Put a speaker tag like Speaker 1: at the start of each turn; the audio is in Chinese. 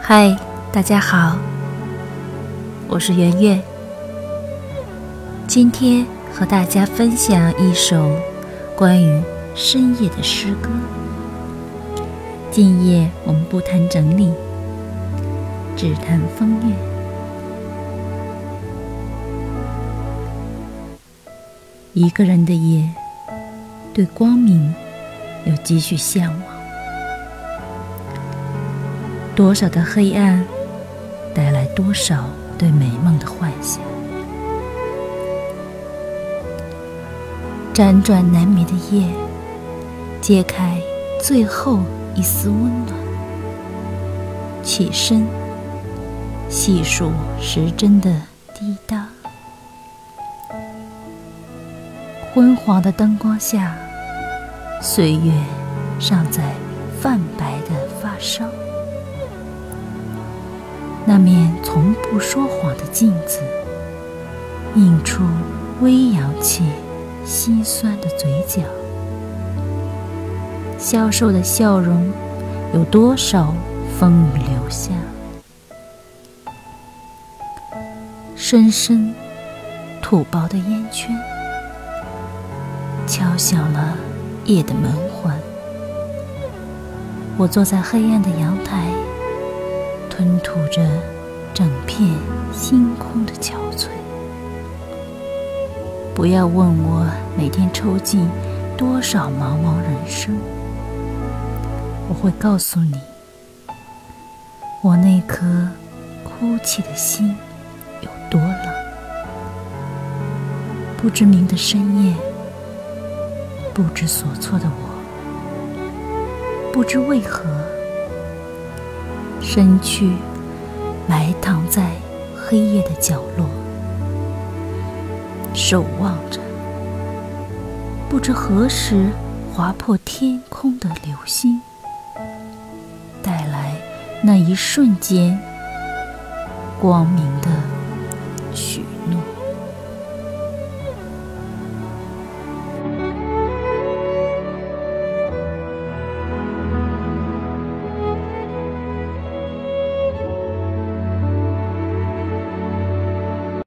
Speaker 1: 嗨，大家好，我是圆圆。今天和大家分享一首关于深夜的诗歌。今夜我们不谈整理，只谈风月。一个人的夜，对光明有几许向往，多少的黑暗带来多少对美梦的幻想。辗转难眠的夜，揭开最后一丝温暖。起身，细数时针的滴答。昏黄的灯光下，岁月尚在泛白的发梢。那面从不说谎的镜子，映出微扬起心酸的嘴角。消瘦的笑容，有多少风雨留下？深深土薄的烟圈，敲响了夜的门环。我坐在黑暗的阳台，吞吐着整片星空的憔悴。不要问我每天抽尽多少茫茫人生，我会告诉你，我那颗哭泣的心有多冷。不知名的深夜，不知所措的我，不知为何身躯埋躺在黑夜的角落，守望着不知何时划破天空的流星，带来那一瞬间光明的许